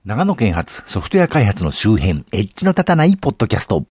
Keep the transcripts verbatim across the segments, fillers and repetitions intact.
長野県発ソフトウェア開発の周辺、エッジの立たないポッドキャスト。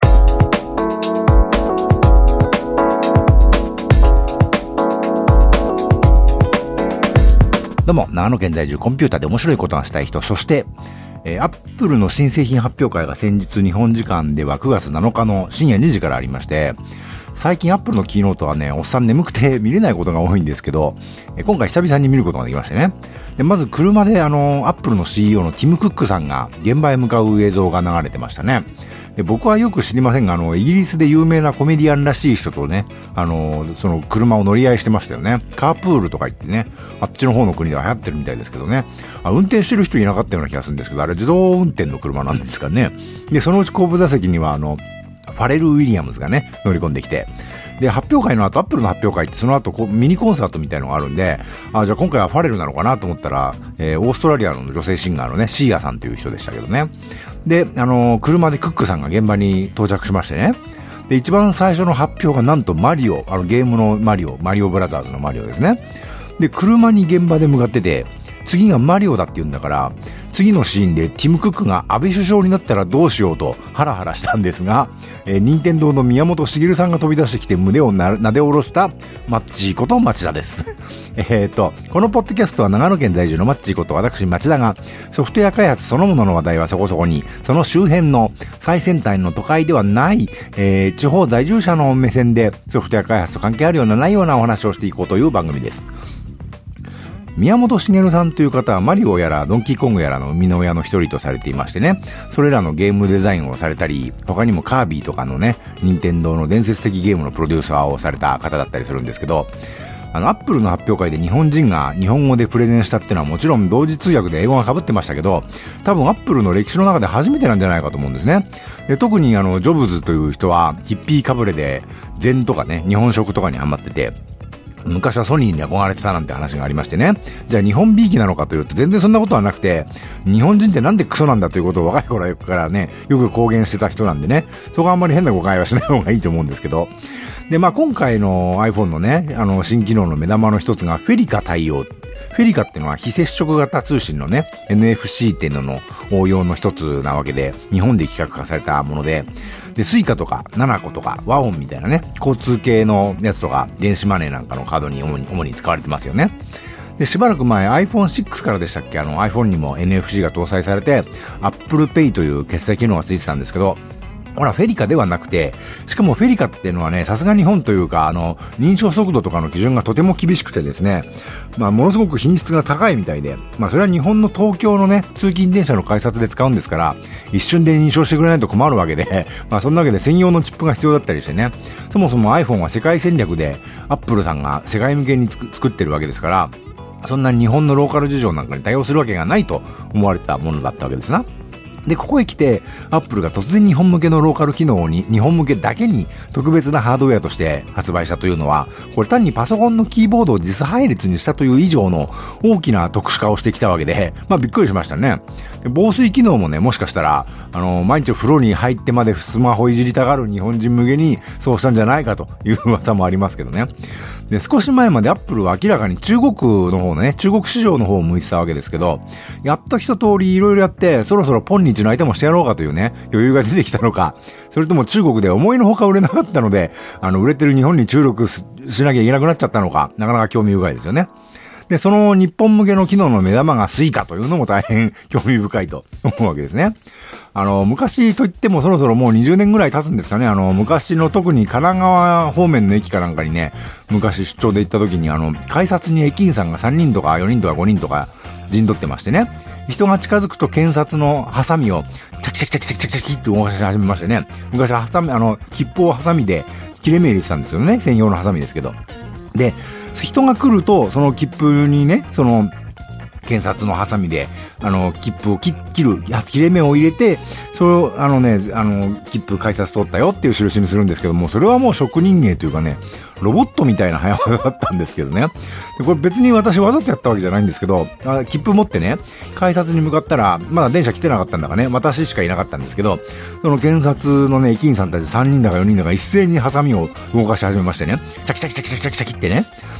どうも、長野県在住コンピューターで面白いことがしたい人、そして、えー、アップルの新製品発表会が先日日本時間ではくがつなのかの深夜にじからありまして、最近アップルのキーノートはね、おっさん眠くて見れないことが多いんですけど、えー、今回久々に見ることができましてね。でまず車であのアップルの シーイーオー のティム・クックさんが現場へ向かう映像が流れてましたね。で僕はよく知りませんが、あのイギリスで有名なコメディアンらしい人とね、あのその車を乗り合いしてましたよね。カープールとか言ってね、あっちの方の国では流行ってるみたいですけどね。あ運転してる人いなかったような気がするんですけど、あれ自動運転の車なんですかね。でそのうち後部座席にはあのファレル・ウィリアムズがね乗り込んできて、で発表会の後、アップルの発表会ってその後こうミニコンサートみたいのがあるんで、あじゃあ今回はファレルなのかなと思ったら、えー、オーストラリアの女性シンガーのねシーアさんという人でしたけどね。であのー、車でクックさんが現場に到着しましてね。で一番最初の発表がなんとマリオ、あのゲームのマリオ、マリオブラザーズのマリオですね。で車に現場で向かってて、次がマリオだって言うんだから、次のシーンでティム・クックが安倍首相になったらどうしようとハラハラしたんですが、えー、任天堂の宮本茂さんが飛び出してきて胸をななで下ろしたマッチーこと町田ですえっとこのポッドキャストは長野県在住のマッチーこと私町田が、ソフトウェア開発そのものの話題はそこそこに、その周辺の最先端の都会ではない、えー、地方在住者の目線でソフトウェア開発と関係あるようなないようなお話をしていこうという番組です。宮本茂さんという方はマリオやらドンキーコングやらの生みの親の一人とされていましてね、それらのゲームデザインをされたり、他にもカービィとかのね、任天堂の伝説的ゲームのプロデューサーをされた方だったりするんですけど、あのアップルの発表会で日本人が日本語でプレゼンしたっていうのはもちろん同時通訳で英語が被ってましたけど、多分アップルの歴史の中で初めてなんじゃないかと思うんですね。で特にあのジョブズという人はヒッピーかぶれで禅とかね、日本食とかにハマってて、昔はソニーに憧れてたなんて話がありましてね。じゃあ日本びいきなのかというと全然そんなことはなくて、日本人ってなんでクソなんだということを若い頃からねよく公言してた人なんでね、そこはあんまり変な誤解はしない方がいいと思うんですけど、でまあ今回の iPhone のねあの新機能の目玉の一つがフェリカ対応。フェリカっていうのは非接触型通信のね エヌエフシー っていうのの応用の一つなわけで、日本で企画化されたもので、でスイカとかナナコとかワオンみたいなね交通系のやつとか電子マネーなんかのカードに主に、主に使われてますよね。でしばらく前 アイフォンシックス からでしたっけ、あの iPhone にも エヌエフシー が搭載されて Apple Pay という決済機能がついてたんですけど、ほらフェリカではなくて、しかもフェリカっていうのはね、さすが日本というかあの認証速度とかの基準がとても厳しくてですね、まあものすごく品質が高いみたいで、まあそれは日本の東京のね通勤電車の改札で使うんですから、一瞬で認証してくれないと困るわけで、まあそんなわけで専用のチップが必要だったりしてね、そもそも iPhone は世界戦略で Apple さんが世界向けに作ってるわけですから、そんな日本のローカル事情なんかに対応するわけがないと思われたものだったわけですな。でここへ来てアップルが突然日本向けのローカル機能に日本向けだけに特別なハードウェアとして発売したというのは、これ単にパソコンのキーボードを実配列にしたという以上の大きな特殊化をしてきたわけで、まあびっくりしましたね。で防水機能もね、もしかしたらあの毎日風呂に入ってまでスマホいじりたがる日本人向けにそうしたんじゃないかという噂もありますけどね。で少し前までアップルは明らかに中国の方のね、中国市場の方を向いてたわけですけど、やっと一通りいろいろやってそろそろポン日の相手もしてやろうかというね余裕が出てきたのか、それとも中国で思いのほか売れなかったので、あの売れてる日本に注力 し, しなきゃいけなくなっちゃったのか、なかなか興味深いですよね。でその日本向けの機能の目玉がスイカというのも大変興味深いと思うわけですね。あの昔といってもそろそろもうにじゅうねんぐらい経つんですかね。あの昔の特に神奈川方面の駅かなんかにね、昔出張で行った時にあの改札に駅員さんがさんにんとかよにんとかごにんとか陣取ってましてね、人が近づくと検察のハサミをチャキチャキチャキチャキチャキって動かし始めましてね、昔はハサミ、あの切符をハサミで切れ目入れてたんですよね、専用のハサミですけど。で人が来るとその切符にね、その検察のハサミであの切符を切る切れ目を入れて、それをあのねあの切符改札通ったよっていう印にするんですけども、それはもう職人芸というかね、ロボットみたいな早技だったんですけどね。でこれ別に私わざとやったわけじゃないんですけど、あ切符持ってね改札に向かったらまだ電車来てなかったんだかね、私しかいなかったんですけど、その検察のね駅員さんたちさんにんだかよにんだか一斉にハサミを動かし始めましてね、チャキチャキチャキチャキチャキってね。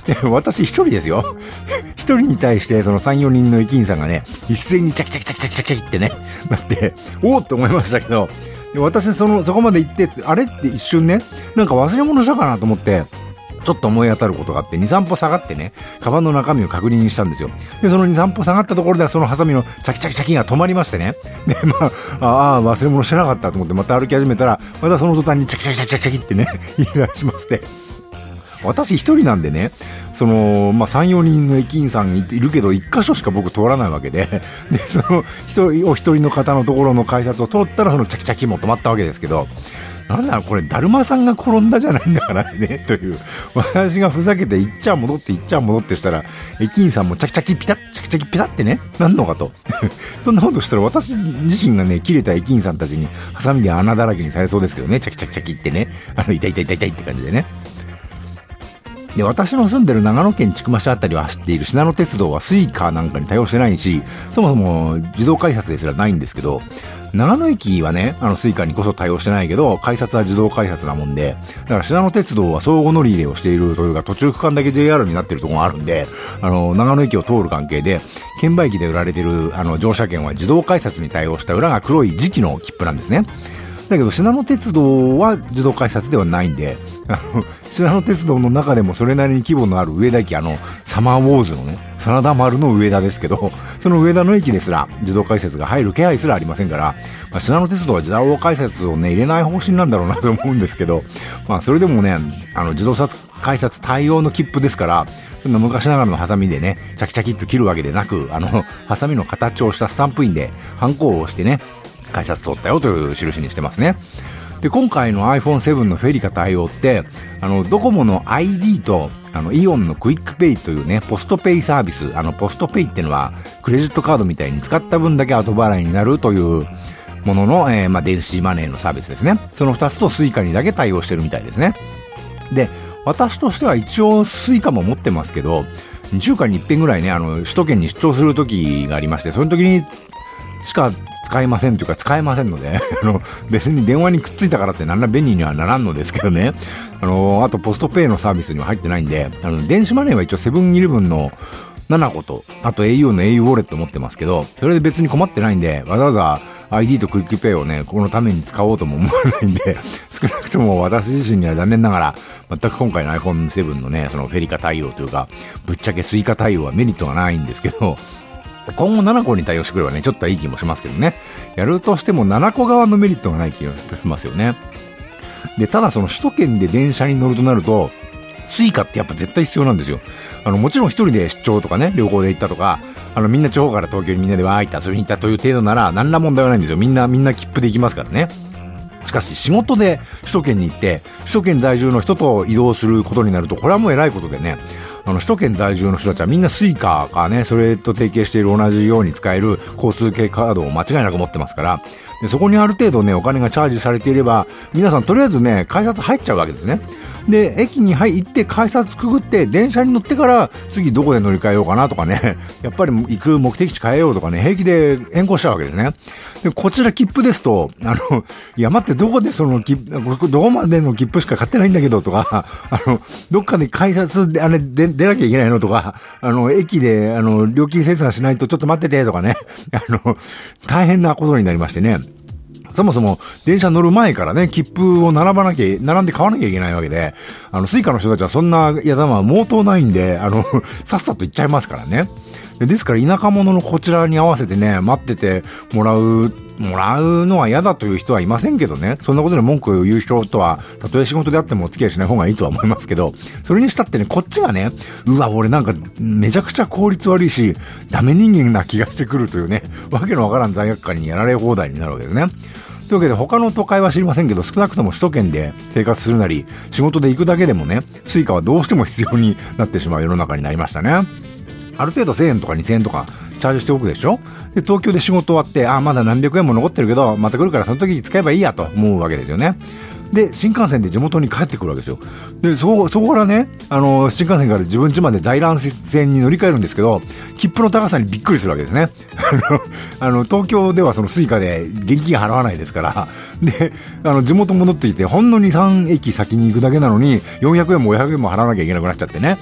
で、私一人ですよ。一人に対して、そのさん、よにんの駅員さんがね、一斉にチャキチャキチャキチャキチャキチャキってね、なって、おーって思いましたけど、で私、その、そこまで行って、あれって一瞬ね、なんか忘れ物したかなと思って、ちょっと思い当たることがあって、に、さん歩下がってね、カバンの中身を確認したんですよ。で、そのに、さん歩下がったところでは、そのハサミのチャキチャキチャキが止まりましてね。で、まあ、ああ、忘れ物してなかったと思って、また歩き始めたら、またその途端にチャキチャキチャキチャキってね、言い出しまして。私一人なんでね、その、まあ、さん、よにんの駅員さんいるけど、一箇所しか僕通らないわけで、で、その、一人、お一人の方のところの改札を通ったら、そのチャキチャキも止まったわけですけど、なんだろうこれだるまさんが転んだじゃないんだからねという、私がふざけて行っちゃ戻って行っちゃ戻ってしたら駅員さんもチャキチャキピタッチャキチャキピタってねなんのかとそんなことしたら私自身がね切れた駅員さんたちにハサミで穴だらけにされそうですけどね、チャキチャキチャキってね、あの痛い痛い痛い痛いって感じでね。で、私の住んでる長野県千曲市あたりを走っているしなの鉄道はスイカなんかに対応してないし、そもそも自動改札ですらないんですけど、長野駅はね、あのスイカにこそ対応してないけど、改札は自動改札なもんで、だからしなの鉄道は相互乗り入れをしているというか、途中区間だけ ジェイアール になっているところがあるんで、あの、長野駅を通る関係で、券売機で売られているあの乗車券は自動改札に対応した裏が黒い磁気の切符なんですね。だけど、しなの鉄道は自動改札ではないんで、あの、しなの鉄道の中でもそれなりに規模のある上田駅、あの、サマーウォーズのね、真田丸の上田ですけど、その上田の駅ですら自動改札が入る気配すらありませんから、まあ、しなの鉄道は自動改札をね、入れない方針なんだろうなと思うんですけど、まあ、それでもね、あの、自動改札対応の切符ですから、そんな昔ながらのハサミでね、チャキチャキっと切るわけでなく、あの、ハサミの形をしたスタンプ印で、ハンコを押してね、改札通ったよという印にしてますね。で、今回の アイフォンセブン のフェリカ対応って、あの、ドコモの アイディー と、あの、イオンのクイックペイというね、ポストペイサービス、あの、ポストペイってのは、クレジットカードみたいに使った分だけ後払いになるというものの、えー、まあ、電子マネーのサービスですね。そのふたつとスイカにだけ対応してるみたいですね。で、私としては一応スイカも持ってますけど、にしゅうかんにいっぺんぐらいね、あの、首都圏に出張する時がありまして、その時にしか使えませんというか使えませんのであの別に電話にくっついたからって何ら便利にはならんのですけどね、あのあとポストペイのサービスには入ってないんで、あの電子マネーは一応セブンイレブンのなな個と、あと エーユー の エーユー ウォレット持ってますけど、それで別に困ってないんで、わざわざ アイディー とクイックペイをね、このために使おうとも思わないんで、少なくとも私自身には残念ながら、全く今回の アイフォンセブン のね、そのフェリカ対応というか、ぶっちゃけスイカ対応はメリットがないんですけど、今後なな個に対応してくればね、ちょっといい気もしますけどね。やるとしてもなな個側のメリットがない気がしますよね。で、ただその首都圏で電車に乗るとなると、スイカってやっぱ絶対必要なんですよ。あの、もちろん一人で出張とかね、旅行で行ったとか、あの、みんな地方から東京にみんなでわーいって遊びに行ったという程度なら、何ら問題はないんですよ。みんな、みんな切符で行きますからね。しかし仕事で首都圏に行って首都圏在住の人と移動することになると、これはもう偉いことでね、あの首都圏在住の人たちはみんなスイカかね、それと提携している同じように使える交通系カードを間違いなく持ってますから、でそこにある程度ねお金がチャージされていれば、皆さんとりあえずね改札入っちゃうわけですね。で駅に入って改札くぐって電車に乗ってから次どこで乗り換えようかなとかね、やっぱり行く目的地変えようとかね、平気で変更しちゃうわけですね。でこちら切符ですと、あのいや待って、どこでその切符、どこまでの切符しか買ってないんだけどとか、あのどっかで改札であれで出なきゃいけないのとか、あの駅であの料金精算しないとちょっと待っててとかね、あの大変なことになりましてね。そもそも電車乗る前からね、切符を並ばなきゃ、並んで買わなきゃいけないわけで、あの、スイカの人たちはそんな矢玉は毛頭ないんで、あの、さっさと行っちゃいますからね。ですから田舎者のこちらに合わせてね、待っててもらう、もらうのは嫌だという人はいませんけどね、そんなことで文句を言う人とは、たとえ仕事であってもお付き合いしない方がいいとは思いますけど、それにしたってね、こっちがね、うわ、俺なんかめちゃくちゃ効率悪いし、ダメ人間な気がしてくるというね、わけのわからん罪悪感にやられ放題になるわけですね。というわけで他の都会は知りませんけど、少なくとも首都圏で生活するなり仕事で行くだけでもね、スイカはどうしても必要になってしまう世の中になりましたね。ある程度せんえんとかにせんえんとかチャージしておくでしょ。で東京で仕事終わって、あまだ何百円も残ってるけどまた来るからその時に使えばいいやと思うわけですよね。で新幹線で地元に帰ってくるわけですよ。でそこそこからね、あの新幹線から自分家まで在来線に乗り換えるんですけど、切符の高さにびっくりするわけですね。あのあの東京ではそのスイカで現金払わないですから、であの地元戻ってきてほんのに、さん駅先に行くだけなのによんひゃくえんもごひゃくえんも払わなきゃいけなくなっちゃってね。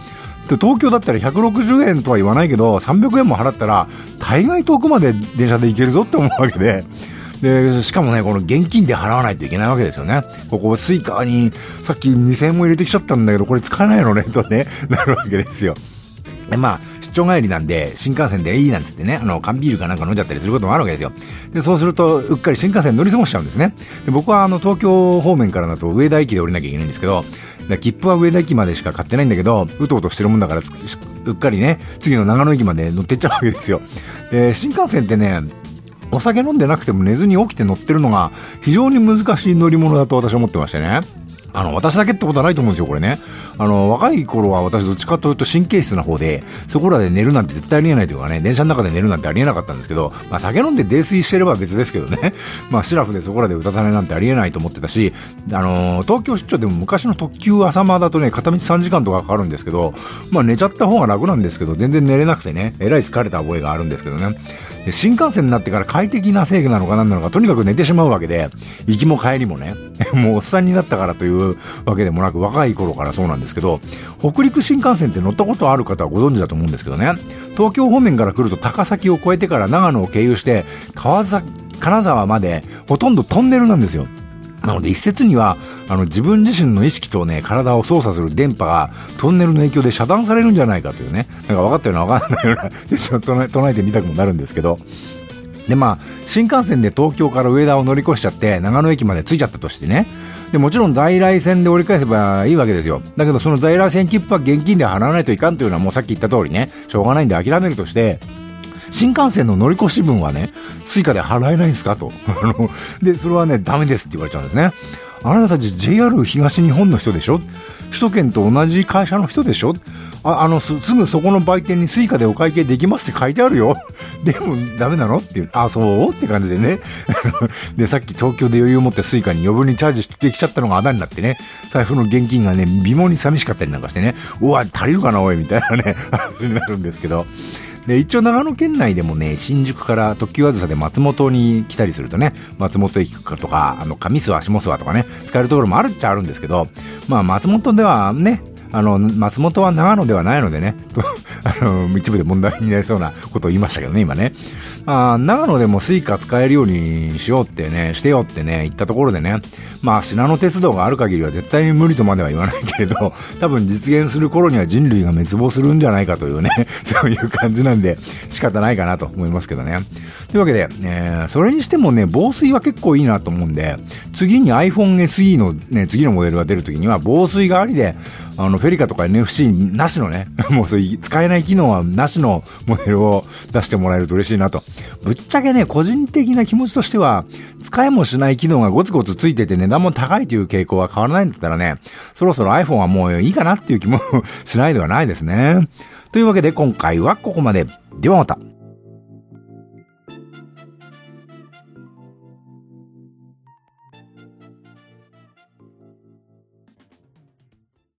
で東京だったらひゃくろくじゅうえんとは言わないけど、さんびゃくえんも払ったら、大概遠くまで電車で行けるぞって思うわけで、で、しかもね、この現金で払わないといけないわけですよね。ここスイカにさっきにせんえんも入れてきちゃったんだけど、これ使えないのね、とね、なるわけですよ。で、まあ、出張帰りなんで、新幹線でいいなんつってね、あの、缶ビールかなんか飲んじゃったりすることもあるわけですよ。で、そうすると、うっかり新幹線乗り過ごしちゃうんですね。で、僕はあの、東京方面からだと上田駅で降りなきゃいけないんですけど、切符は上田駅までしか買ってないんだけど、うとうとしてるもんだから、うっかりね、次の長野駅まで乗ってっちゃうわけですよ。で、新幹線ってね、お酒飲んでなくても寝ずに起きて乗ってるのが非常に難しい乗り物だと私は思ってましてね。あの、私だけってことはないと思うんですよ、これね。あの、若い頃は私どっちかというと神経質な方で、そこらで寝るなんて絶対ありえないというかね、電車の中で寝るなんてありえなかったんですけど、まあ酒飲んで泥酔してれば別ですけどね。まあシラフでそこらで歌たねなんてありえないと思ってたし、あのー、東京出張でも昔の特急朝間だとね、片道さんじかんとかかかるんですけど、まあ寝ちゃった方が楽なんですけど、全然寝れなくてね、えらい疲れた覚えがあるんですけどね。で、新幹線になってから快適な制御なのか何なのか、とにかく寝てしまうわけで、行きも帰りもね、もうおっさんになったからというわけでもなく、若い頃からそうなんですけど、北陸新幹線って乗ったことある方はご存知だと思うんですけどね、東京方面から来ると高崎を越えてから長野を経由して川崎、金沢までほとんどトンネルなんですよ。なので一説にはあの自分自身の意識とね、体を操作する電波がトンネルの影響で遮断されるんじゃないかというね、なんか分かったような分かんないようなちょっと唱えてみたくもなるんですけど、でまあ新幹線で東京から上田を乗り越しちゃって長野駅まで着いちゃったとしてね、でもちろん在来線で折り返せばいいわけですよ。だけどその在来線切符は現金で払わないといかんというのはもうさっき言った通りね、しょうがないんで諦めるとして、新幹線の乗り越し分はね、スイカで払えないんですかと。あの、で、それはね、ダメですって言われちゃうんですね。あなたたち ジェイアール 東日本の人でしょ、首都圏と同じ会社の人でしょ、あ、あの、す、すぐそこの売店にスイカでお会計できますって書いてあるよ。でもダメなのっていう、あ、そうって感じでね。で、さっき東京で余裕を持ってスイカに余分にチャージしてきちゃったのがあだになってね、財布の現金がね、微妙に寂しかったりなんかしてね、うわ、足りるかなおいみたいなね、話になるんですけど。で、一応長野県内でもね、新宿から特急あずさで松本に来たりするとね、松本駅とか、あの、上諏訪、下諏訪とかね、使えるところもあるっちゃあるんですけど、まあ松本ではね、あの、松本は長野ではないのでね、とあの、一部で問題になりそうなことを言いましたけどね、今ね。まあ、長野でもスイカ使えるようにしようってね、してよってね、言ったところでね、まあ、信濃鉄道がある限りは絶対に無理とまでは言わないけれど、多分実現する頃には人類が滅亡するんじゃないかというね、そういう感じなんで、仕方ないかなと思いますけどね。というわけで、えー、それにしてもね、防水は結構いいなと思うんで、次に iPhone エスイー のね、次のモデルが出るときには防水がありで、あの、フェリカとか エヌエフシー なしのね、もうそういう使えない機能はなしのモデルを出してもらえると嬉しいなと。ぶっちゃけね、個人的な気持ちとしては、使えもしない機能がゴツゴツついてて値段も高いという傾向は変わらないんだったらね、そろそろ iPhone はもういいかなっていう気もしないではないですね。というわけで今回はここまで。ではまた。